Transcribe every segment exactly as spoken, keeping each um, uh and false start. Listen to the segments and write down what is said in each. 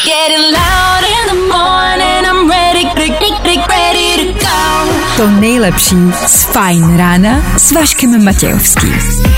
To nejlepší z Fajn rána s Vaškem Matějovským.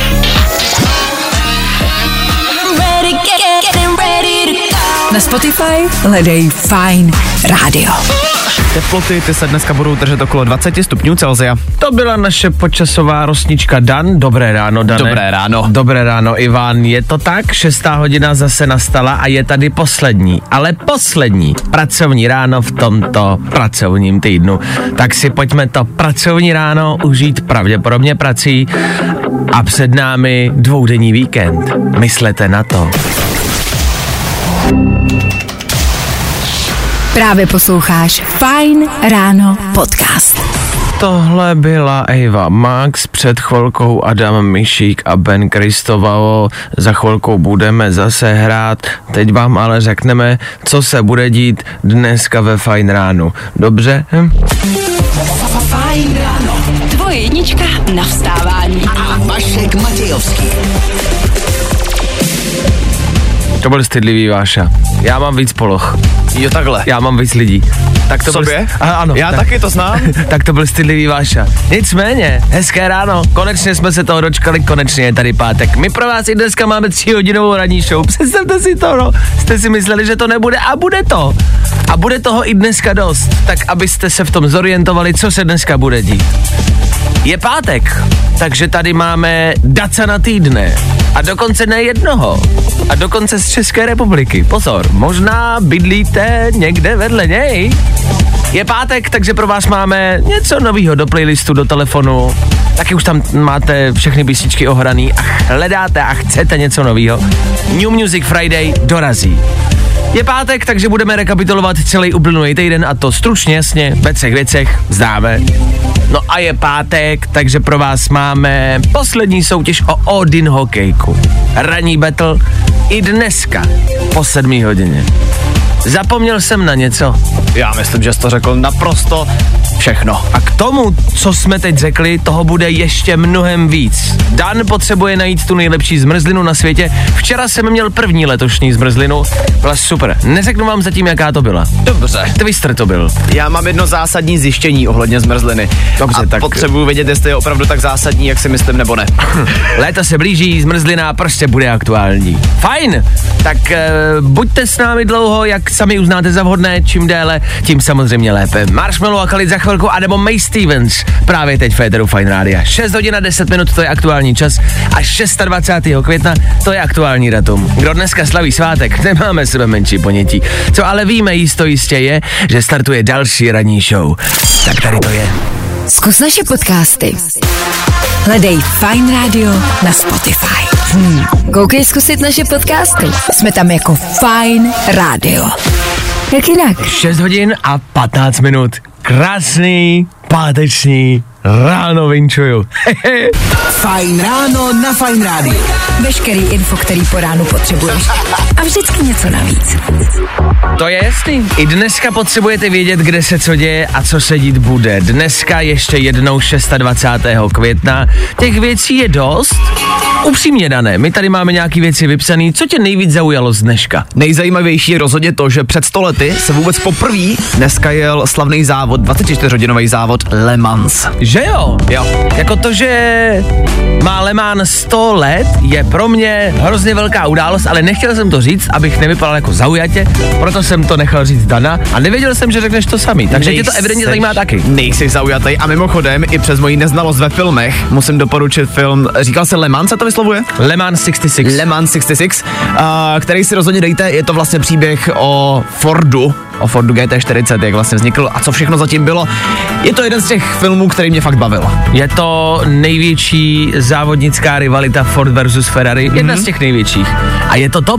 Na Spotify hledej Fajn rádio. Teploty ty se dneska budou držet okolo dvacet stupňů Celsia. To byla naše počasová rosnička Dan. Dobré ráno, Dane. Dobré ráno. Dobré ráno, Ivan. Je to tak, šestá hodina zase nastala a je tady poslední, ale poslední pracovní ráno v tomto pracovním týdnu. Tak si pojďme to pracovní ráno užít pravděpodobně prací a před námi dvoudenní víkend. Myslete na to. Právě posloucháš Fajn ráno podcast. Tohle byla Eva Max, před chvilkou Adam Mišík a Ben Kristovalo. Za chvilkou budeme zase hrát, teď vám ale řekneme, co se bude dít dneska ve Fajn ránu. Dobře? Hm? Fajn ráno. Tvoje jednička na vstávání. A Vašek Matějovský. To byl stydlivý Váša. Já mám víc poloh. Jo, takhle. Já mám víc lidí. Tak to Sobě? Byl, a, ano. Já tak, taky to znám. Tak to byl stydlivý Váša. Nicméně, hezké ráno. Konečně jsme se toho dočkali, konečně je tady pátek. My pro vás i dneska máme tříhodinovou ranní show. Představte si to, no. Jste si mysleli, že to nebude a bude to. A bude toho i dneska dost. Tak abyste se v tom zorientovali, co se dneska bude dít. Je pátek, takže tady máme daca na týdne. A dokonce ne jednoho. A dokonce z České republiky. Pozor, možná bydlíte někde vedle něj. Je pátek, takže pro vás máme něco novýho do playlistu, do telefonu. Taky už tam máte všechny písničky ohraný a hledáte a chcete něco novýho. New Music Friday dorazí. Je pátek, takže budeme rekapitulovat celý uplynulý týden a to stručně, jasně, ve třech věcech zdáme. No a je pátek, takže pro vás máme poslední soutěž o Odin hokejku. Ranní battle i dneska po sedmé hodině. Zapomněl jsem na něco? Já myslím, že jsi to řekl naprosto všechno. A k tomu, co jsme teď řekli, toho bude ještě mnohem víc. Dan potřebuje najít tu nejlepší zmrzlinu na světě. Včera jsem měl první letošní zmrzlinu. Byla super. Neřeknu vám zatím, jaká to byla. Dobře. Twister to byl. Já mám jedno zásadní zjištění ohledně zmrzliny. Dobře, a tak potřebuji vědět, jestli je opravdu tak zásadní, jak si myslím, nebo ne. Léto se blíží, zmrzlina prostě bude aktuální. Fajn. Tak e, buďte s námi dlouho, jak sami uznáte za vhodné, čím déle, tím samozřejmě lépe. Marshmallow a Khalid za chvilku, anebo May Stevens právě teď v éteru Fajn rádia. šest hodin a deset minut, to je aktuální čas a dvacátého šestého května, to je aktuální datum. Kdo dneska slaví svátek, nemáme sebe menší ponětí. Co ale víme jisto jistě je, že startuje další ranní show. Tak tady to je. Zkus naše podcasty. Hledej Fajn rádio na Spotify. Hmm. Koukej zkusit naše podcasty. Jsme tam jako Fajn rádio. Jak jinak? šest hodin a patnáct minut. Krásný, páteční ráno vinčuju. Fajn ráno na Fajn rádiu. Veškerý info, který po ránu potřebuješ. A vždycky něco navíc. To je jasný. I dneska potřebujete vědět, kde se co děje a co se dít bude. Dneska ještě jednou dvacátého šestého května. Těch věcí je dost. Upřímně dané, my tady máme nějaký věci vypsaný. Co tě nejvíc zaujalo z dneška? Nejzajímavější je rozhodně to, že před sto lety se vůbec poprvé dneska jel slavný závod, dvacetičtyřhodinový závod Le Mans. Že jo? Jo. Jako to, že má Le Mans sto let, je pro mě hrozně velká událost, ale nechtěl jsem to říct, abych nevypadal jako zaujatě, proto jsem to nechal říct Dana a nevěděl jsem, že řekneš to samý, takže tě to evidentně zajímá taky. Nejsi zaujatý a mimochodem i přes moji neznalost ve filmech musím doporučit film, říkal se Le Mans, se to vyslovuje? Le Mans šedesát šest. Le Mans šedesát šest, uh, který si rozhodně dejte, je to vlastně příběh o Fordu, o Fordu G T čtyřicet, jak vlastně vznikl a co všechno zatím bylo. Je to jeden z těch filmů, který mě fakt bavil. Je to největší závodnická rivalita Ford versus Ferrari, jedna mm-hmm. z těch největších. A je to top.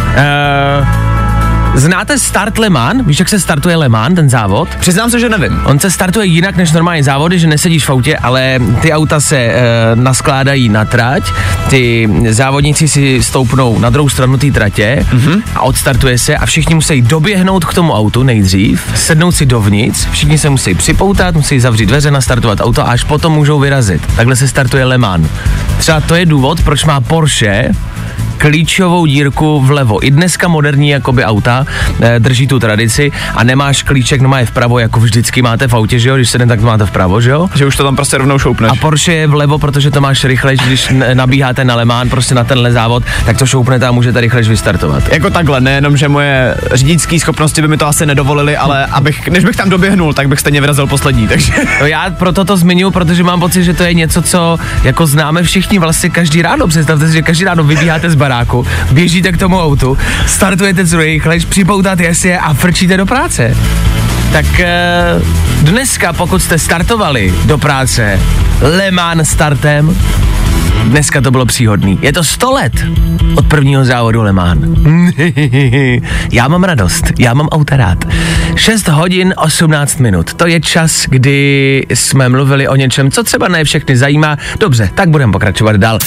Uh, Znáte start Le Mans? Víš, jak se startuje Le Mans, ten závod? Přiznám se, že nevím. On se startuje jinak než normální závody, že nesedíš v autě, ale ty auta se e, naskládají na trať, ty závodníci si stoupnou na druhou stranu té tratě mm-hmm. a odstartuje se a všichni musí doběhnout k tomu autu nejdřív, sednout si dovnitř, všichni se musí připoutat, musí zavřít dveře, nastartovat auto a až potom můžou vyrazit. Takhle se startuje Le Mans. Třeba to je důvod, proč má Porsche klíčovou dírku vlevo. I dneska moderní jakoby auta e, drží tu tradici a nemáš klíček, no má je vpravo, jako vždycky máte v autě, že jo, když se jde, tak to máte vpravo, že jo? Že už to tam prostě rovnou šoupneš. A Porsche je vlevo, protože to máš rychlejš, když nabíháte na Le Mans, prostě na tenhle závod, tak to šoupnete a můžete rychlejš vystartovat. Jako takhle, nejenom, že moje řidičské schopnosti by mi to asi nedovolily, ale abych, než bych tam doběhnul, tak bych stejně vyrazil poslední, takže... No já proto to zmiňuji, protože mám pocit, že to je něco, co jako známe všichni vlastně každý ráno. Představte si, že každý ráno vybíháte z baráku, běžíte k tomu autu, startujete co nejrychlejš, připoutáte jesie a frčíte do práce. Tak dneska, pokud jste startovali do práce Le Mans startem, dneska to bylo příhodný. Je to sto let od prvního závodu Le Mans. Já mám radost, já mám auta rád. šest hodin osmnáct minut. To je čas, kdy jsme mluvili o něčem, co třeba ne všechny zajímá. Dobře, tak budeme pokračovat dál.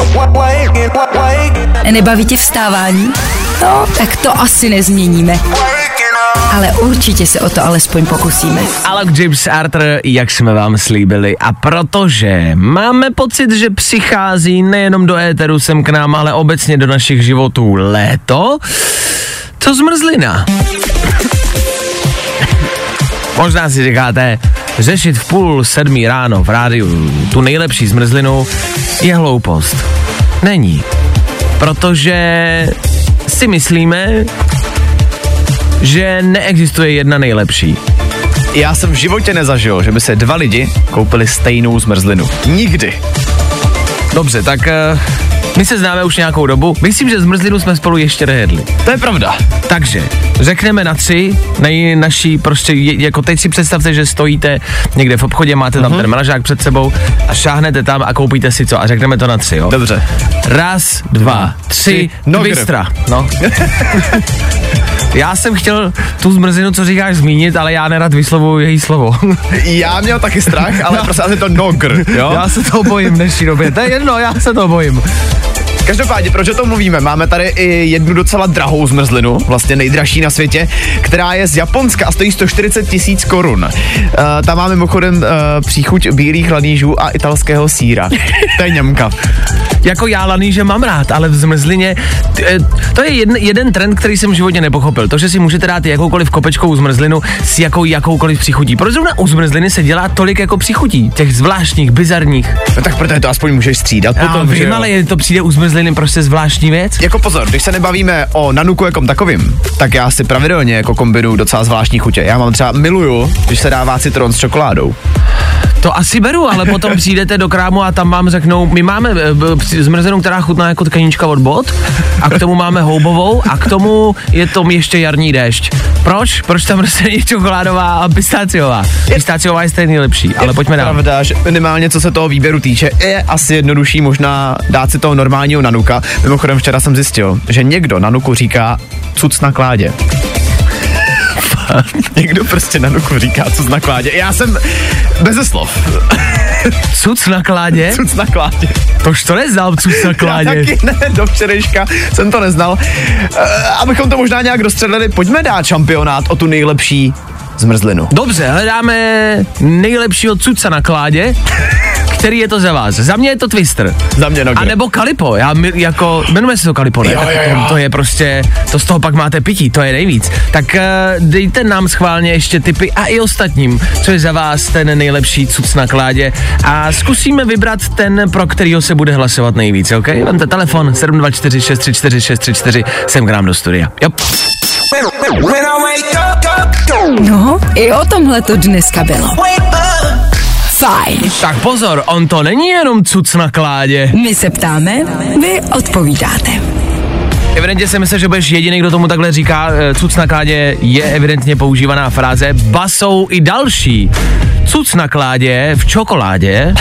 Nebaví tě vstávání? No, tak to asi nezměníme. Ale určitě se o to alespoň pokusíme. Alok, James Arthur, jak jsme vám slíbili. A protože máme pocit, že přichází nejenom do éteru sem k nám, ale obecně do našich životů léto, co zmrzlina? Možná si říkáte, řešit v půl sedmí ráno v rádiu tu nejlepší zmrzlinu je hloupost. Není. Protože si myslíme, že neexistuje jedna nejlepší. Já jsem v životě nezažil, že by se dva lidi koupili stejnou zmrzlinu. Nikdy. Dobře, tak uh, my se známe už nějakou dobu. Myslím, že zmrzlinu jsme spolu ještě nejedli. To je pravda. Takže řekneme na tři, na naší prostě, jako teď si představte, že stojíte někde v obchodě, máte tam uh-huh. ten mražák před sebou a šáhnete tam a koupíte si co a řekneme to na tři, jo? Dobře. Raz, dva, tři, no Twistra. No. Já jsem chtěl tu zmrzlinu, co říkáš, zmínit, ale já nerad vyslovuju její slovo. Já měl taky strach, ale prostě asi to nogr, jo? Já se toho bojím v dnešní době, to je jedno, já se toho bojím. Každopádně, proč o tom mluvíme? Máme tady i jednu docela drahou zmrzlinu, vlastně nejdražší na světě, která je z Japonska a stojí sto čtyřicet tisíc korun. Uh, tam máme mimochodem uh, příchuť bílých lanížů a italského sýra. To je ňamka. Jako já laníže mám rád, ale v zmrzlině, t, to je jeden, jeden trend, který jsem v životě nepochopil. To, že si můžete dát jakoukoliv kopečkovou zmrzlinu s jakou, jakoukoliv příchutí. Proč zrovna u zmrzliny se dělá tolik jako příchutí? Těch zvláštních, bizarních. No tak protože to aspoň můžeš střídat já potom, vím, ale je to přijde u zmrzliny prostě zvláštní věc. Jako pozor, když se nebavíme o nanuku jakom takovým, tak já si pravidelně jako kombinuju docela zvláštní chutě. Já mám třeba miluju, když se dává citron s čokoládou. To asi beru, ale potom přijdete do krámu a tam vám řeknou, my máme zmrzlinu, která chutná jako tkaníčka od bot a k tomu máme houbovou a k tomu je tom ještě jarní déšť. Proč? Proč tam prostě je čokoládová a pistáciová? Pistáciová je stejně nejlepší, ale pojďme dál. Je pravda, že minimálně co se toho výběru týče, je asi jednodušší možná dát si toho normálního nanuka. Mimochodem včera jsem zjistil, že někdo nanuku říká cuc na kládě. Někdo prostě na nuku říká cuc na kládě. Já jsem beze slov. Cuc na kládě? Cuc na kládě. Tož to neznal, cuc na kládě. Já taky ne, do včerejška jsem to neznal. Uh, abychom to možná nějak rozstřelili, pojďme dát šampionát o tu nejlepší zmrzlinu. Dobře, hledáme nejlepšího cuca na kládě. Který je to za vás? Za mě je to Twister. Za mě Nogr. A nebo Kalipo. Já mi, jako, jmenuje se to Kalipo, ne? Jo, jo, jo. To, to je prostě, to z toho pak máte pití, to je nejvíc. Tak uh, dejte nám schválně ještě tipy a i ostatním, co je za vás ten nejlepší cuc na kládě a zkusíme vybrat ten, pro kterýho se bude hlasovat nejvíc, ok? Vemte telefon sedm dva čtyři šest tři čtyři šest tři čtyři sem k nám do studia. Jo. No, i o tomhle to dneska bylo. Fajn. Tak pozor, on to není jenom cuc na kládě. My se ptáme, vy odpovídáte. Evidentně si myslím, že budeš jediný, kdo tomu takhle říká. Cuc na kládě je evidentně používaná fráze. Ba jsou i další. Cuc na kládě v čokoládě.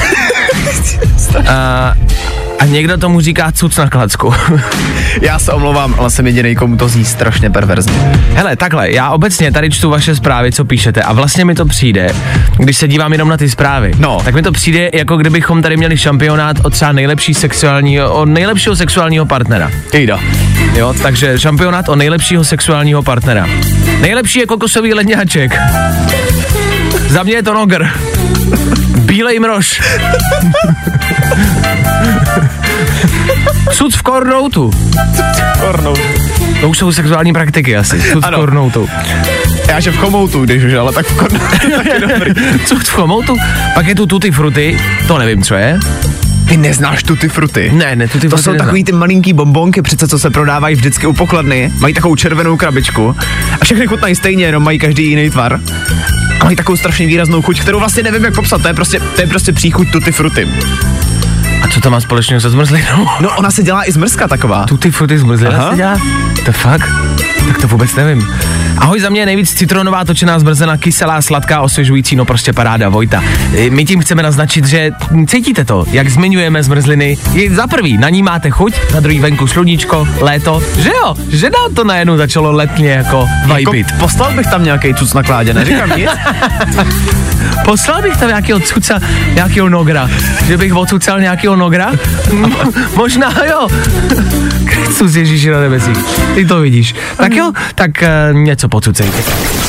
a, a někdo tomu říká cuc na klacku. Já se omlouvám, ale jsem jedinej, komu to zní strašně perverzně. Hele, takhle, já obecně tady čtu vaše zprávy, co píšete a vlastně mi to přijde, když se dívám jenom na ty zprávy, no. tak mi to přijde, jako kdybychom tady měli šampionát o třeba nejlepší sexuálního, o nejlepšího sexuálního partnera. Jejda. Jo, takže šampionát o nejlepšího sexuálního partnera. Nejlepší je kokosový ledňáček. Za mě je to Nogr. Bílej mrož. Cud v kornoutu. Kornout. To už jsou sexuální praktiky asi. Cud v kornoutu. Já že v chomoutu, když už, ale tak v kornoutu taky dobrý. Cud v chomoutu? Pak je tu tutti frutti, to nevím, co je. Ty neznáš tutti frutti? Ne, ne, tutti To frutti jsou neznám. takový ty malinký bonbonky, přece co se prodávají vždycky u pokladny. Mají takovou červenou krabičku a všechny chutnají stejně, jenom mají každý jiný tvar. A mají takovou strašně výraznou chuť, kterou vlastně nevím, jak popsat. To je prostě, to je prostě příchuť tutti frutti. A co to má společného se zmrzlinou? No, ona se dělá i zmrzka taková. Tutti frutti zmrzlina Aha. se dělá? To fakt? Tak to vůbec nevím. Ahoj, za mě je nejvíc citronová točená zmrzlina, kyselá, sladká, osvěžující, no prostě paráda, Vojta. E, My tím chceme naznačit, že cítíte to, jak zmiňujeme zmrzliny. Je za prvý, na ní máte chuť, za druhý venku sluníčko, léto, že jo, že nám to najednou začalo letně jako vajbit. Jako, poslal bych tam nějaký cuc na kládě, neříkám nic. Poslal bych tam nějakého cuca, nějakého nogra, že bych ocucal nějakého nogra? M- možná jo. Kristus Ježíši na nebesích, ty to vidíš. Tak jo, tak uh, něco pocucejte.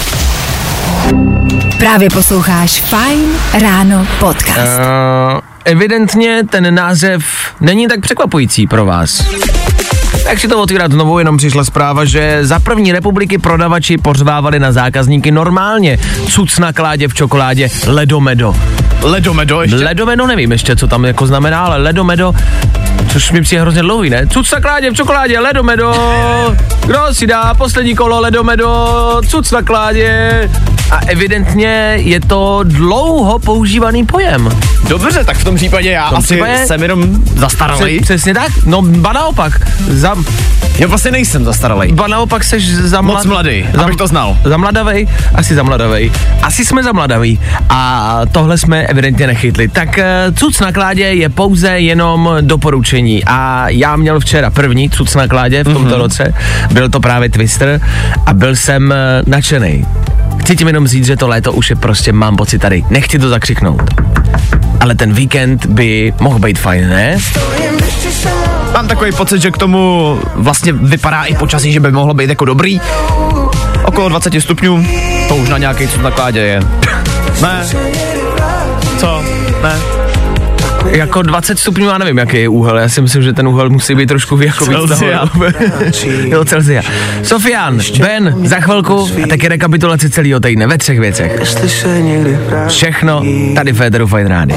Právě posloucháš Fajn ráno podcast. Uh, evidentně ten název není tak překvapující pro vás. Tak si to otvírat znovu, jenom přišla zpráva, že za první republiky prodavači pořvávali na zákazníky normálně. Cuc na kládě v čokoládě, ledomedo. Ledomedo ještě. Ledomedo nevím ještě, co tam jako znamená, ale ledomedo, což mi přijde hrozně dlouhý, ne? Cuc na kládě v čokoládě, ledomedo, kdo si dá poslední kolo ledomedo, cuc na kládě. A evidentně je to dlouho používaný pojem. Dobře, tak v tom případě já tom asi případě- jsem jenom zastaralej. Přesně tak? No, ba naopak. Za, Já vlastně nejsem zastaralej. ba naopak seš za Moc mladý, abych to znal. Zamladavej? Asi zamladavej. Asi jsme zamladaví. A tohle jsme evidentně nechytli. Tak uh, cuc na kládě je pouze jenom doporučení. A já měl včera první cuc na kládě v tomto mm-hmm. roce. Byl to právě Twister a byl jsem uh, nadšenej. Chci tím jenom říct, že to léto už je prostě, mám pocit tady. Nechci to zakřiknout. Ale ten víkend by mohl být fajn, ne? Mám takový pocit, že k tomu vlastně vypadá i počasí, že by mohlo být jako dobrý. Okolo dvacet stupňů, to už na nějaký cuc na kládě je. Ne. Co? Ne. Jako dvacet stupňů, já nevím, jaký je úhel. Já si myslím, že ten úhel musí být trošku jako víc Celsia. nahoru. Jo, Celsia. Sofian, Ben, za chvilku a taky rekapitulace celého týdne ve třech věcech. Všechno tady v Féteru Fajn Rádia.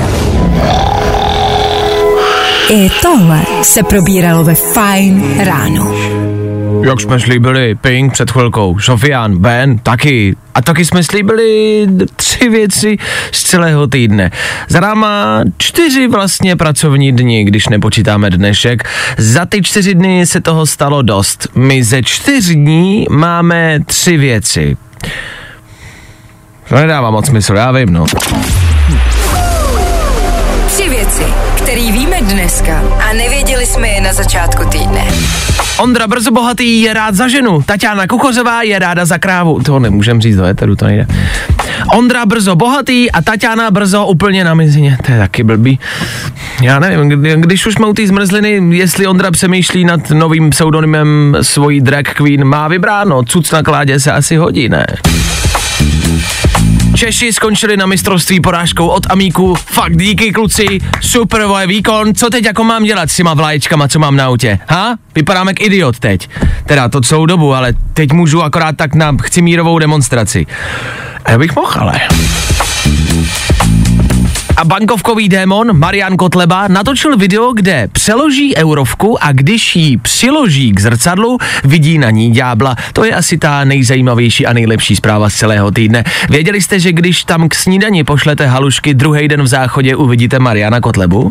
I tohle se probíralo ve Fajn ráno. Jak jsme slíbili, Pink před chvilkou, Sofian, Ben, taky. A taky jsme slíbili tři věci z celého týdne. Za náma čtyři vlastně pracovní dny, když nepočítáme dnešek. Za ty čtyři dny se toho stalo dost. My ze čtyř dní máme tři věci. To nedává moc smysl, já vím, no. Tři věci, které víme dneska a nevěděli jsme je na začátku týdne. Ondra Brzo Bohatý je rád za ženu, Taťána Kukořová je ráda za krávu. To nemůžem říct do éteru, to nejde. Ondra Brzo Bohatý a Taťána Brzo úplně na mizině, to je taky blbý. Já nevím, kdy, když už jsme u té zmrzliny, jestli Ondra přemýšlí nad novým pseudonymem svojí drag queen, má vybráno, cuc na kládě se asi hodí, ne? Češi skončili na mistrovství porážkou od Amíku. Fakt díky, kluci, super vole výkon. Co teď jako mám dělat s těma vlaječkama, co mám na autě? Ha? Vypadám jak idiot teď. Teda to celou dobu, ale teď můžu akorát tak na chcimírovou demonstraci. A já bych mohl, ale... A bankovkový démon Marian Kotleba natočil video, kde přeloží eurovku a když ji přiloží k zrcadlu, vidí na ní ďábla. To je asi ta nejzajímavější a nejlepší zpráva z celého týdne. Věděli jste, že když tam k snídani pošlete halušky, druhý den v záchodě uvidíte Mariana Kotlebu?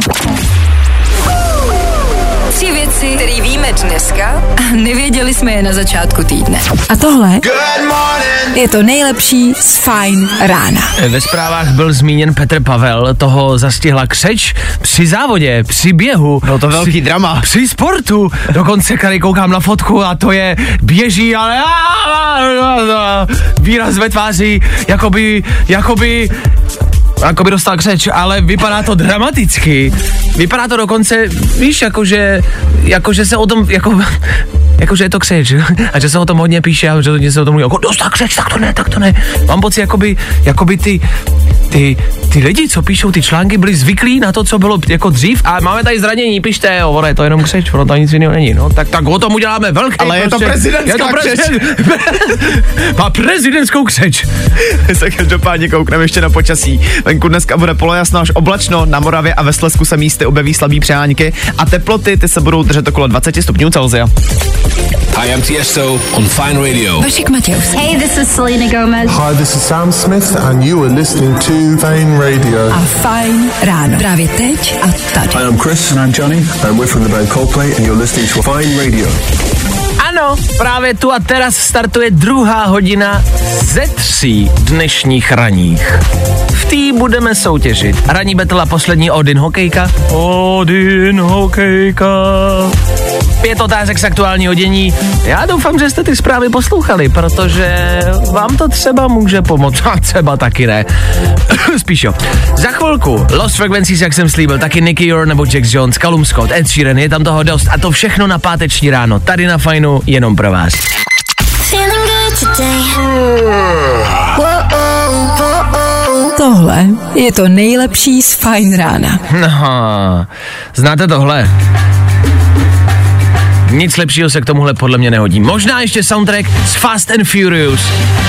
Tři věci, které víme dneska a nevěděli jsme je na začátku týdne. A tohle je to nejlepší z Fajn rána. Ve zprávách byl zmíněn Petr Pavel, toho zastihla křeč při závodě, při běhu. Bylo to velký při, drama. Při sportu. Dokonce tady koukám na fotku a to je běží, ale výraz ve tváři, jakoby, jakoby jako by dostal křeč, ale vypadá to dramaticky. Vypadá to dokonce, víš, jakože, jakože se o tom, jako, jakože je to křeč a že se o tom hodně píše a že se o tom mluví, jako dost tak křeč, tak to ne, tak to ne. Mám pocit, jakoby, jakoby ty, ty, ty lidi, co píšou ty články, byli zvyklí na to, co bylo jako dřív a máme tady zranění, pište, jo, ono je to jenom křeč, ono to nic jiného není, no, tak, tak o tom uděláme velký. Ale je prostě, to prezidentská je to křeč. Má prezidentskou křeč. My se každopádně koukneme ještě na počasí. Venku dneska bude polojasno až oblačno, na Moravě a ve Slezsku se místy objeví slabý přehánky a teploty ty se budou držet okolo dvacet stupňů Celsia. I am Tiesto on Fine Radio. Vašek Matějovský. Hey, this is Selena Gomez. Hi, this is Sam Smith and you are listening to Fine Radio. A Fajn ráno. Právě teď a tady. Hi, I'm Chris and I'm Johnny and we're from the band Coldplay and you're listening to Fine Radio. Ano, právě tu a teraz startuje druhá hodina ze tří dnešních raních. V té budeme soutěžit. Ranní battle a poslední Odin hokejka. Odin hokejka. Pět otázek z aktuálního dění. Já doufám, že jste ty zprávy poslouchali, protože vám to třeba může pomoct. A třeba taky ne. Spíš jo. Za chvilku Lost Frequencies, jak jsem slíbil, taky Nicky Your nebo Jax Jones, Callum Scott, Ed Sheeran, je tam toho dost. A to všechno na páteční ráno. Tady na Fajnu jenom pro vás. Tohle je to nejlepší z Fajn rána. No, znáte tohle? Nic lepšího se k tomuhle podle mě nehodí. Možná ještě soundtrack z Fast and Furious.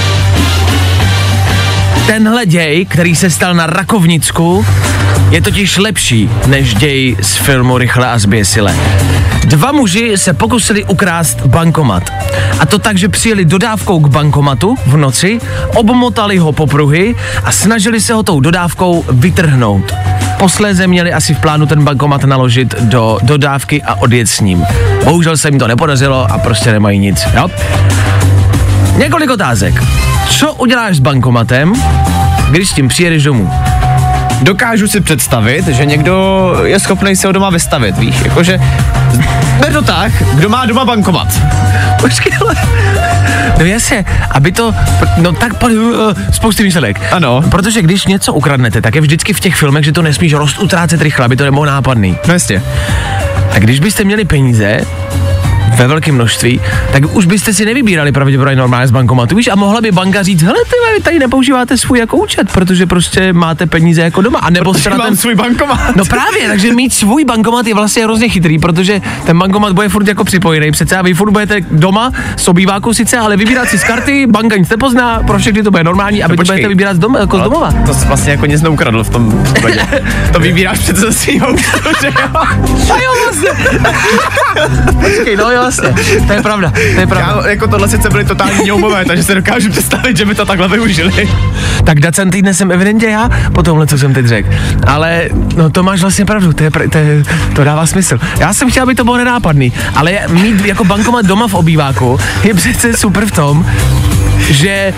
Tenhle děj, který se stal na Rakovnicku, je totiž lepší než děj z filmu Rychle a zběsile. Dva muži se pokusili ukrást bankomat. A to tak, že přijeli dodávkou k bankomatu v noci, obmotali ho po pruhy a snažili se ho tou dodávkou vytrhnout. Posléze měli asi v plánu ten bankomat naložit do dodávky a odjet s ním. Bohužel se jim to nepodařilo a prostě nemají nic, jo? Několik otázek. Co uděláš s bankomatem, když s tím přijedeš domů? Dokážu si představit, že někdo je schopný si ho doma vystavit, víš, jakože ber to tak, kdo má doma bankomat. Počkej, ale... No jasně, aby to, no tak uh, spousty myšlenek. Ano. Protože když něco ukradnete, tak je vždycky v těch filmech, že to nesmíš rozutrácet rychle, aby to nebylo nápadný. No jasně. A když byste měli peníze ve velkém množství, tak už byste si nevybírali pravděpodobně normálně z bankomatu, víš, a mohla by banka říct, hele, ty vy tady nepoužíváte svůj jako účet, protože prostě máte peníze jako doma, a nebo protože mám ten svůj bankomat. No právě, takže mít svůj bankomat je vlastně hrozně chytrý, protože ten bankomat bude furt jako připojený přece a vy furt budete doma s obývákou sice, ale vybírat si z karty, banka nic nepozná, pro všechny to bude normální, aby no, to budete vybírat z, doma, jako no, z domova. To jsi vlastně jako nic neukradl v tom případě. To vybíráš přece ze svýho účtu, že jo? A jo, vlastně. Počkej, no jo, vlastně, to je pravda, to je pravda. Já, jako tohle sice byly totální ňoumové, takže se dokážu představit, že by to takhle využili. Tak dacen týdne jsem evidentně já, po tomhle, co jsem teď řekl. Ale no to máš vlastně pravdu, to, je, to, je, to dává smysl. Já jsem chtěl, aby to bylo nenápadný, ale mít jako bankomat doma v obýváku je přece super v tom, že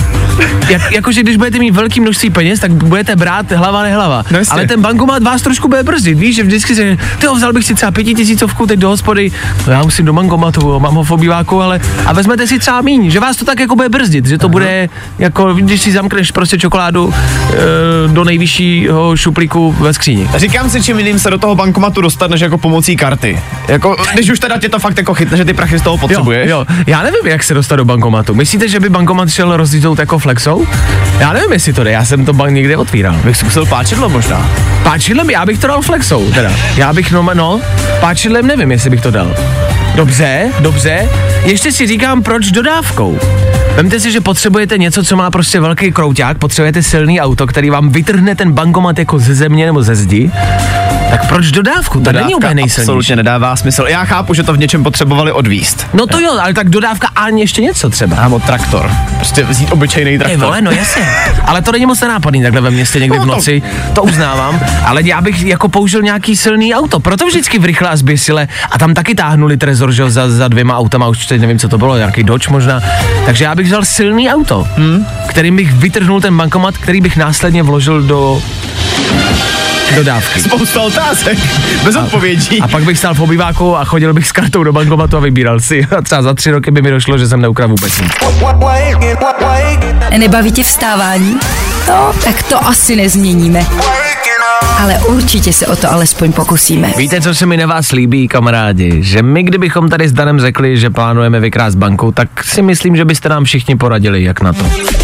Jak, jakože když budete mít velké množství peněz, tak budete brát hlava nehlava. No ale ten bankomat vás trošku bude brzdit, víš, že vždycky se, tyjo, vzal bych si třeba pětitisícovku teď do hospody, no já musím do bankomatu, mám ho v obýváku, ale a vezmete si třeba míň, že vás to tak jako bude brzdit, že to Aha. bude jako, když si zamkneš prostě čokoládu e, do nejvyššího šuplíku ve skříni. Říkám si, čím jiným se do toho bankomatu dostat, než jako pomocí karty. Jako, když už teda tě to fakt jako chytne, že ty prachy z toho potřebuješ. Jo, jo. Já nevím, jak se dostat do bankomatu. Myslíte, že by bankomat šel rozlíznout jako flexou? Já nevím, jestli to jde, já jsem to bank někde otvíral. Bych zkusil páčidlo možná. Páčidlem já bych to dal flexou, teda. Já bych, no, no, páčidlem nevím, jestli bych to dal. Dobře, dobře. Ještě si říkám, proč dodávkou. Vemte si, že potřebujete něco, co má prostě velký krouťák, potřebujete silný auto, který vám vytrhne ten bankomat jako ze země nebo ze zdi. Tak proč dodávku? To není úplně nejsilnější. Absolutně nedává smysl. Já chápu, že to v něčem potřebovali odvíst. No to jo, ale tak dodávka a ještě něco třeba. Nebo traktor. Prostě vzít obyčejný traktor. Ej, vole, no jasně. Ale to není moc nenápadný takhle ve městě někdy no, v noci. To... to uznávám. Ale já bych jako použil nějaký silný auto. Proto vždycky v Rychle a zběsile. A tam taky táhnuli trezor, že za, za dvěma autama, už teď nevím, co to bylo, nějaký Dodge možná. Takže já bych vzal silný auto, hmm? kterým bych vytrhnul ten bankomat, který bych následně vložil do dodávky. Spousta otázek, bez a, odpovědí. A pak bych stál v obýváku a chodil bych s kartou do bankomatu a vybíral si. A třeba za tři roky by mi došlo, že jsem neukradl vůbec nic. Nebaví tě vstávání? No, tak to asi nezměníme. ale určitě se o to alespoň pokusíme. Víte, co se mi na vás líbí, kamarádi? Že my, kdybychom tady s Danem řekli, že plánujeme vykrást banku, tak si myslím, že byste nám všichni poradili, jak na to.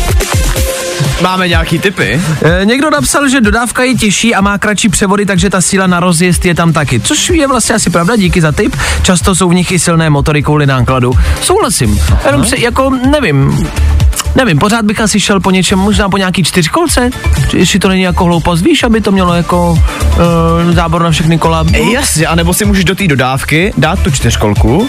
Máme nějaký tipy? E, někdo napsal, že dodávka je těžší a má kratší převody, takže ta síla na rozjezd je tam taky. Což je vlastně asi pravda, díky za tip. Často jsou v nich i silné motory kvůli nákladu. Souhlasím, jenom se, jako nevím, nevím, pořád bych asi šel po něčem, možná po nějaký čtyřkolce, jestli to není jako hloupost, víš, aby to mělo jako e, zábor na všechny kola. E, jasně, anebo si můžeš do té dodávky dát tu čtyřkolku.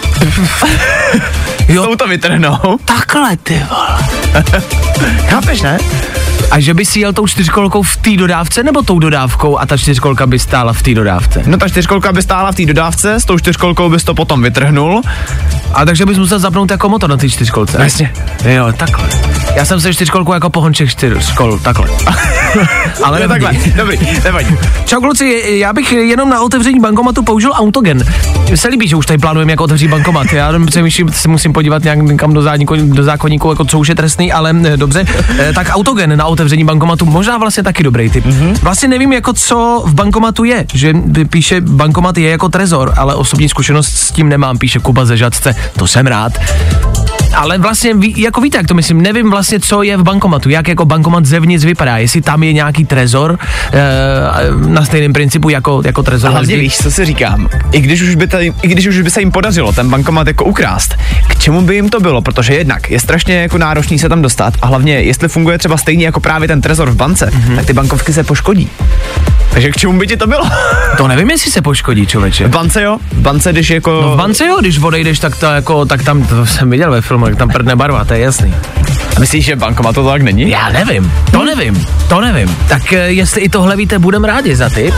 Jo. S tou to vytrhnou. Takhle, ty vole. Chápeš, ne? A že by si jel tou čtyřkolkou v té dodávce, nebo tou dodávkou a ta čtyřkolka by stála v té dodávce? No ta čtyřkolka by stála v té dodávce, s tou čtyřkolkou bys to potom vytrhnul. A takže bys musel zapnout jako motor na té čtyřkolce. Jasně. Jo, takhle. Já jsem se čtyřkolkou jako pohonček čtyřkol, takhle. Ale jo, takhle, dobrý, nevadí. Čau kluci, já bych jenom na otevření bankomatu použil autogen. Mně se líbí, že už tady plánujeme jako otevřít bankomat. Já přemýšlím, se musím podívat nějak někam do, zániku, do zákonníku, jako co už je trestný, ale ne, dobře. E, tak autogen na otevření bankomatu, možná vlastně taky dobrý tip. Mm-hmm. Vlastně nevím, jako co v bankomatu je, že píše bankomat je jako trezor, ale osobní zkušenost s tím nemám, píše Kuba ze Žadce, to jsem rád. Ale vlastně, ví, jako víte, jak to myslím, nevím vlastně, co je v bankomatu, jak jako bankomat zevnitř vypadá, jestli tam je nějaký trezor e, na stejném principu jako, jako trezor. A hlavně víš, co si říkám, i když, už by tady, i když už by se jim podařilo ten bankomat jako ukrást, k čemu by jim to bylo, protože jednak je strašně jako náročný se tam dostat a hlavně, jestli funguje třeba stejně jako právě ten trezor v bance, mm-hmm. tak ty bankovky se poškodí. Takže k čemu by ti to bylo? To nevím, jestli se poškodí, člověče. V bance jo, v bance, když jako... No v bance jo, když odejdeš, tak to jako, tak tam, to jsem viděl ve filmu, tak tam prdne barva, to je jasný. Myslíš, že bankomat to tak není? Já nevím, to nevím, to nevím. Tak jestli i tohle víte, budem rádi za tip.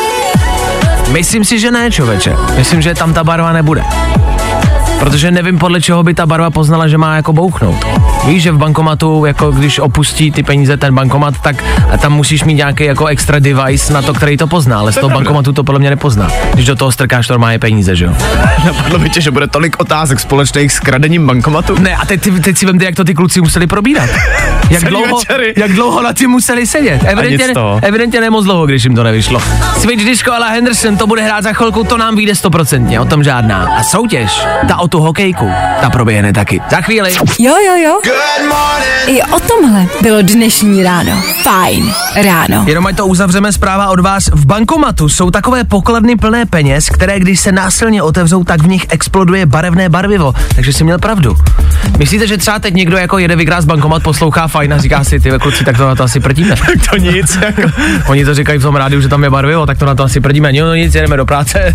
Myslím si, že ne, člověče. Myslím, že tam ta barva nebude. Protože nevím, podle čeho by ta barva poznala, že má jako bouchnout. Víš, že v bankomatu, jako když opustí ty peníze ten bankomat, tak tam musíš mít nějaký jako extra device na to, který to pozná, ale z toho bankomatu to podle mě nepozná. Když do toho strkáš normálně peníze, že jo? Napadlo by tě, že bude tolik otázek společných s kradením bankomatu? Ne, a teď, teď si vemte, jak to ty kluci museli probírat. Jak dlouho, jak dlouho na tím museli sedět. Evidentně, evidentně nemoc dlouho, když jim to nevyšlo. Switch Disco a Henderson, to bude hrát za chvilku, to nám vyjde stoprocentně, o tom žádná. A soutěž, ta o tu hokejku, ta proběhne taky. Za chvíli. Jo, jo, jo. I o tomhle bylo dnešní ráno. Fajn ráno. Jenom ať to uzavřeme, zpráva od vás. V bankomatu jsou takové pokladny plné peněz, které když se násilně otevřou, tak v nich exploduje barevné barvivo. Takže jsi měl pravdu. Myslíte, že třeba teď někdo jako jede vykrást bankomat, poslouchá Fajn a říká si, ty kluci, tak to na to asi prdíme. Tak to nic. Jako. Oni to říkají v tom rádiu, že tam je barvivo, tak to na to asi prdíme. No nic, jedeme do práce.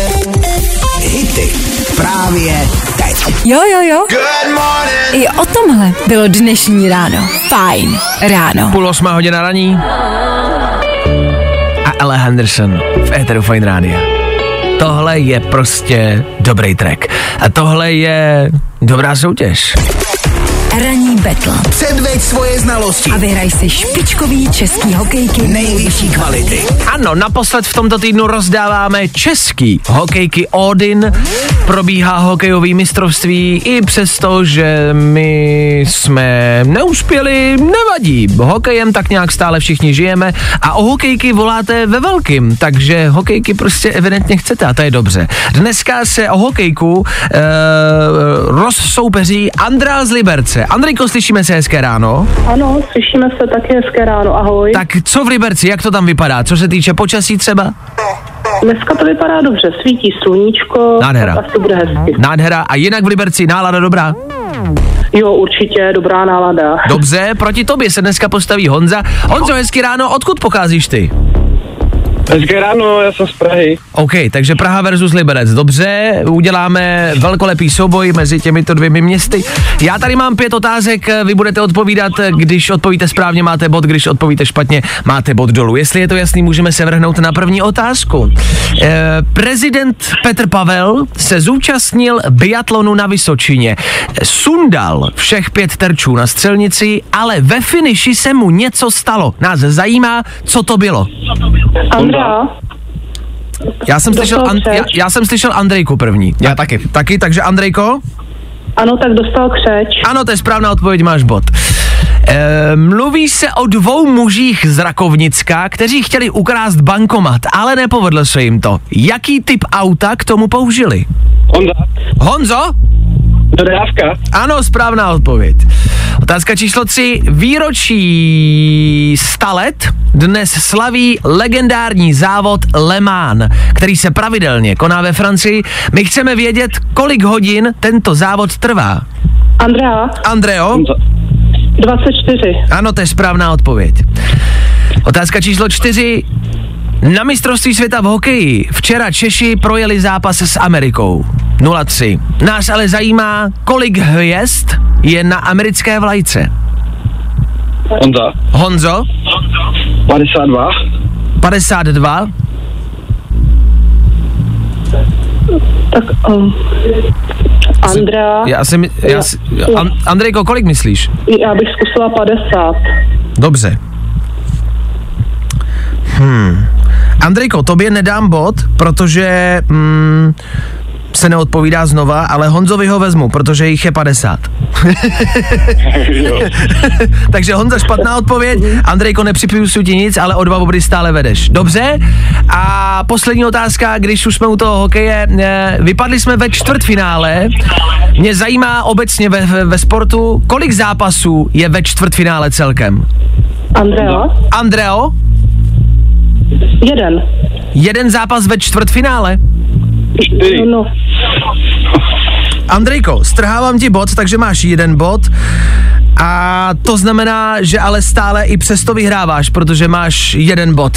Hity právě teď. Jo, jo, jo. Good morning. I o tomhle bylo dnešní ráno. Fajn ráno. Půl osmá hodina raní. A Ella Henderson v éteru Fajn rádia. Tohle je prostě dobrý track. A tohle je dobrá soutěž. Ranní betl. Předveď svoje znalosti A vyhraj si špičkový český hokejky nejvyšší kvality. Ano, naposled v tomto týdnu rozdáváme český hokejky Odin. Probíhá hokejový mistrovství i přesto, že my jsme neuspěli, nevadí. Hokejem tak nějak stále všichni žijeme a o hokejky voláte ve velkým, takže hokejky prostě evidentně chcete a to je dobře. Dneska se o hokejku e, rozsoupeří Andrea z Liberce. Andrejko, slyšíme se, hezké ráno. Ano, slyšíme se taky, hezké ráno, ahoj. Tak co v Liberci, jak to tam vypadá, co se týče počasí třeba? Dneska to vypadá dobře, svítí sluníčko, Nádhera. tak asi bude hezky. Nádhera. A jinak v Liberci nálada dobrá? Jo, určitě, dobrá nálada. Dobře, proti tobě se dneska postaví Honza. Honzo, hezky ráno, odkud pocházíš ty? Hezké ráno, já jsem z Prahy. OK, takže Praha versus Liberec. Dobře, uděláme velkolepý souboj mezi těmito dvěmi městy. Já tady mám pět otázek, vy budete odpovídat, když odpovíte správně, máte bod, když odpovíte špatně, máte bod dolů. Jestli je to jasný, můžeme se vrhnout na první otázku. E, prezident Petr Pavel se zúčastnil biatlonu na Vysočině. Sundal všech pět terčů na střelnici, ale ve finiši se mu něco stalo. Nás zajímá, co to bylo. Andrea? Já jsem, slyšel, Dostal an, já, já jsem slyšel Andrejku první. Já taky. Taky, takže Andrejko? Ano, tak dostal křeč. Ano, to je správná odpověď, máš bod. E, mluví se o dvou mužích z Rakovnicka, kteří chtěli ukrást bankomat, ale nepovedlo se jim to. Jaký typ auta k tomu použili? Honza. Honzo? Dodávka. Ano, správná odpověď. Otázka číslo tři. Výročí sta let dnes slaví legendární závod Le Mans, který se pravidelně koná ve Francii. My chceme vědět, kolik hodin tento závod trvá. Andrea. Andreo? Honza. dvacet čtyři. Ano, to je správná odpověď. Otázka číslo čtyři. Na mistrovství světa v hokeji včera Češi projeli zápas s Amerikou. nula tři. Nás ale zajímá, kolik hvězd je na americké vlajce. Honza. Honzo? padesát dva. padesát dva. Tak, um, Andrea. Já si, my- já si, An- Andrejko, kolik myslíš? Já bych zkusila padesát. Dobře. Hmm. Andrejko, tobě nedám bod, protože mm, se neodpovídá znova, ale Honzovi ho vezmu, protože jich je padesát. Takže Honza, špatná odpověď, Andrejko, nepřipisuju ti nic, ale o dva body stále vedeš. Dobře? A poslední otázka, když už jsme u toho hokeje, vypadli jsme ve čtvrtfinále. Mě zajímá obecně ve, ve, ve sportu, kolik zápasů je ve čtvrtfinále celkem? Andrea. Andreo? Jeden. Jeden zápas ve čtvrtfinále? čtyři. No. Andrejko, strhávám ti bod, takže máš jeden bod a to znamená, že ale stále i přesto vyhráváš, protože máš jeden bod.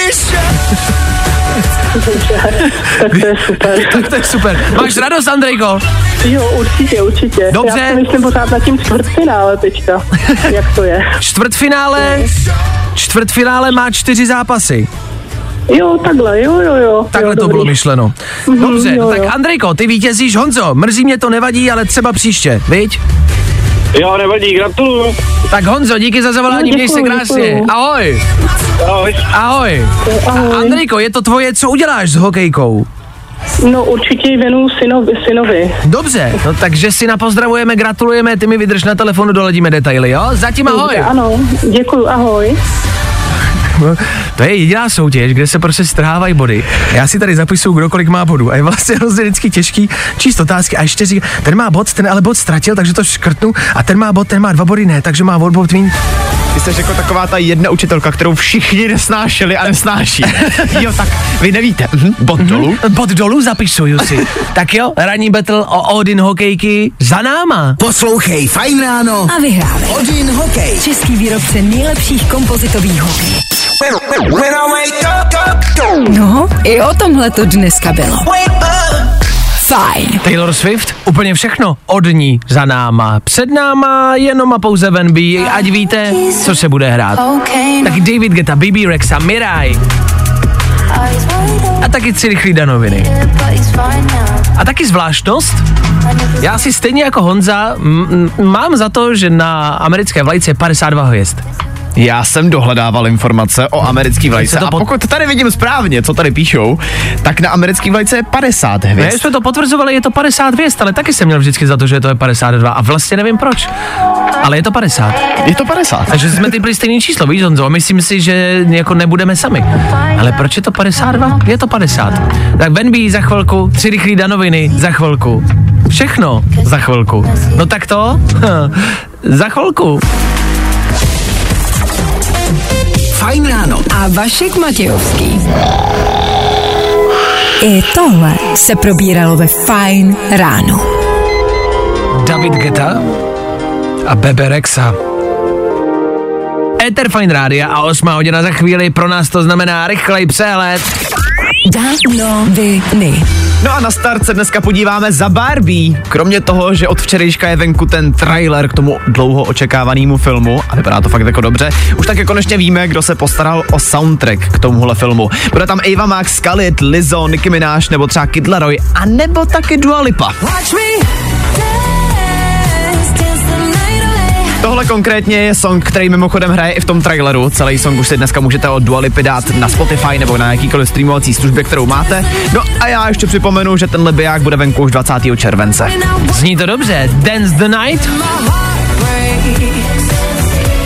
Tak to je super. Tak to je super. Máš radost, Andrejko? Jo, určitě, určitě. Dobře. Já si myslím pořád na tím čtvrtfinále teďka. Jak to je? Čtvrtfinále, čtvrtfinále má čtyři zápasy. Jo, takhle, jo, jo, jo. Takhle jo, to dobrý. bylo myšleno. Dobře, jo, no tak jo. Andrejko, ty vítězíš, Honzo, mrzí mě to, nevadí, ale třeba příště, viď? Jo, nevadí, gratuluju. Tak Honzo, díky za zavolání, No, měj se děkuju, krásně. děkuju. Ahoj. Ahoj. Ahoj. Ahoj. A Andrejko, je to tvoje, co uděláš s hokejkou? No určitě věnu synovi, synovi. Dobře, no takže si napozdravujeme, gratulujeme, ty mi vydrž na telefonu, doladíme detaily, jo? Zatím ahoj. Dobře, ano, děkuju, ahoj. To je jediná soutěž, kde se prostě strhávají body. Já si tady zapisuju, kdo kolik má bodů. A je vlastně hrozně vždycky těžký číst otázky a ještě říct, ten má bod, ten ale bod ztratil, takže to škrtnu a ten má bod, ten má dva body, ne, takže má bod, bod míň. Ty jsi jako taková ta jedna učitelka, kterou všichni nesnášeli a nesnáší. Jo, tak vy nevíte. Mhm. Bod dolů. Bod dolů zapisuju si. Tak jo, ranní battle o Odin hokejky za náma. Poslouchej Fajn ráno A vyhrávej. Odin hokej. Český výrobce nejlepších kompozitových hokejí. No, i o tomhle to dneska bylo. Fajn. Taylor Swift, úplně všechno od ní za náma. Před náma jenom a pouze Van B, ať víte, co se bude hrát. Taky David Guetta, B B Rexa, Mirai. A taky tři rychlý danoviny. A taky zvláštnost. Já si stejně jako Honza m- m- mám za to, že na americké vlajce je padesát dva hvězd. Já jsem dohledával informace o americký vlajce to a pod- pokud tady vidím správně, co tady píšou, tak na americký vlajce je padesát My hvězd. jsme to potvrzovali, je to padesát hvězd, ale taky jsem měl vždycky za to, že to je padesát dva a vlastně nevím proč. Ale je to padesát. Je to padesát. Takže jsme typli stejný číslo, víš, Honzo, a myslím si, že jako nebudeme sami. Ale proč je to padesát dva? Je to padesát. Tak Van B za chvilku, tři rychlý danoviny za chvilku. Všechno za chvilku. No tak to, za chvilku. Fajn ráno. A Vašek Matějovský. I tohle se probíralo ve Fajn ráno. David Guetta a Bebe Rexha. Éter Fajn rádia a osmá hodina za chvíli, pro nás to znamená rychlej přehled. Danoviny. No a na start se dneska podíváme za Barbie. Kromě toho, že od včerejška je venku ten trailer k tomu dlouho očekávanému filmu, a vypadá to fakt jako dobře, už taky konečně víme, kdo se postaral o soundtrack k tomuhle filmu. Bude tam Ava Max, Khalid, Lizzo, Nicki Minaj nebo třeba Kid Laroi, a nebo taky Dua Lipa. Tohle konkrétně je song, který mimochodem hraje i v tom traileru. Celý song už si dneska můžete od Dua Lipy dát na Spotify nebo na jakýkoliv streamovací službě, kterou máte. No a já ještě připomenu, že tenhle biják bude venku už dvacátého července. Zní to dobře. Dance the Night.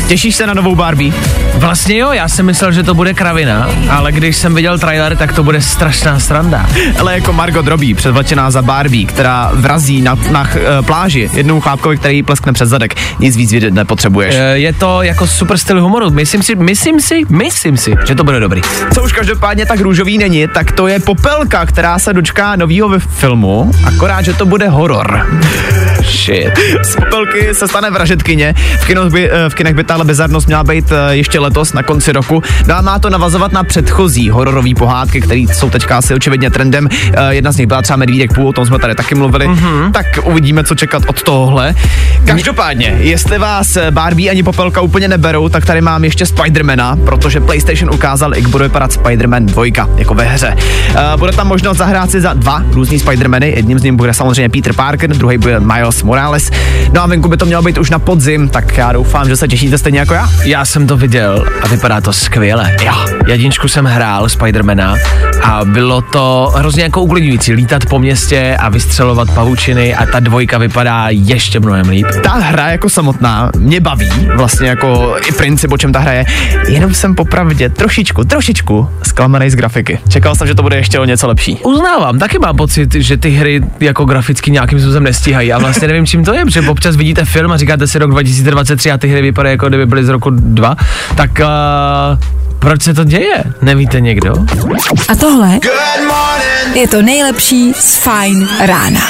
Těšíš se na novou Barbie? Vlastně jo, já jsem myslel, že to bude kravina, ale když jsem viděl trailer, tak to bude strašná sranda. Ale jako Margot Robbie, předvlačená za Barbie, která vrazí na, na ch, pláži jednou chlápkovi, který jí pleskne přes zadek. Nic víc vidět nepotřebuješ. Je to jako super styl humoru. Myslím si, myslím si, myslím si, že to bude dobrý. Co už každopádně tak růžový není, tak to je Popelka, která se dočká novýho filmu, akorát, že to bude horor. Shit. Z Popelky se stane vražedkyně. V, kino by, v kinech by tahle bizarnost měla být ještě letos na konci roku. No a má to navazovat na předchozí hororové pohádky, které jsou teďka asi očividně trendem. Jedna z nich byla třeba Medvídek půl, o tom jsme tady taky mluvili. Mm-hmm. Tak uvidíme, co čekat od tohohle. Každopádně, jestli vás Barbie ani Popelka úplně neberou, tak tady mám ještě Spidermana, protože PlayStation ukázal, jak bude vypadat Spider-Man dva, jako ve hře. Bude tam možnost zahrát si za dva různý Spidermany. Jedním z nich bude samozřejmě Peter Parker, druhý bude Miles Morales. No a venku by to mělo být už na podzim, tak já doufám, že se těšíte stejně jako já. Já jsem to viděl a vypadá to skvěle. Já. Jedničku jsem hrál Spidermana a bylo to hrozně jako uklidňující lítat po městě a vystřelovat pavučiny a ta dvojka vypadá ještě mnohem líp. Ta hra jako samotná mě baví, vlastně jako i princip, o čem ta hra je, jenom jsem popravdě trošičku, trošičku zklamanej z grafiky. Čekal jsem, že to bude ještě o něco lepší. Uznávám, taky mám pocit, že ty hry jako graficky nějakým způsobem nestíhají a vlastně nevím, čím to je, protože občas vidíte film a říkáte si rok dva tisíce dvacet tři a ty hry vypadají jako kdyby byly z roku dva, tak uh, proč se to děje? Nevíte někdo? A tohle je to nejlepší z Fajn rána.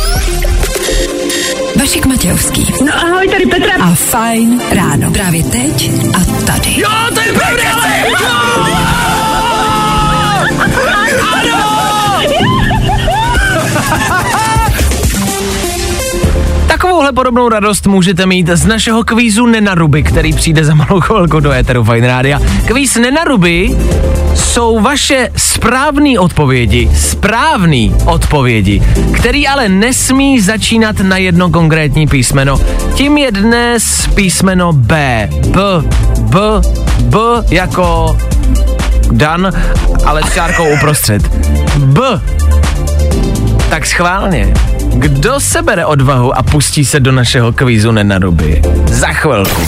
Vašek Matějovský. No ahoj, tady Petra. A Fajn ráno. Právě teď a tady. Jo, to je pravda! Takovouhle podobnou radost můžete mít z našeho kvízu Nenaruby, který přijde za malou chvilku do éteru Fajn rádia. Kvíz Nenaruby jsou vaše správné odpovědi, správné odpovědi, který ale nesmí začínat na jedno konkrétní písmeno. Tím je dnes písmeno B. B, B, B jako Dan, ale s čárkou uprostřed. B. Tak schválně. Kdo se bere odvahu a pustí se do našeho kvízu Nenaruby? Za chvilku.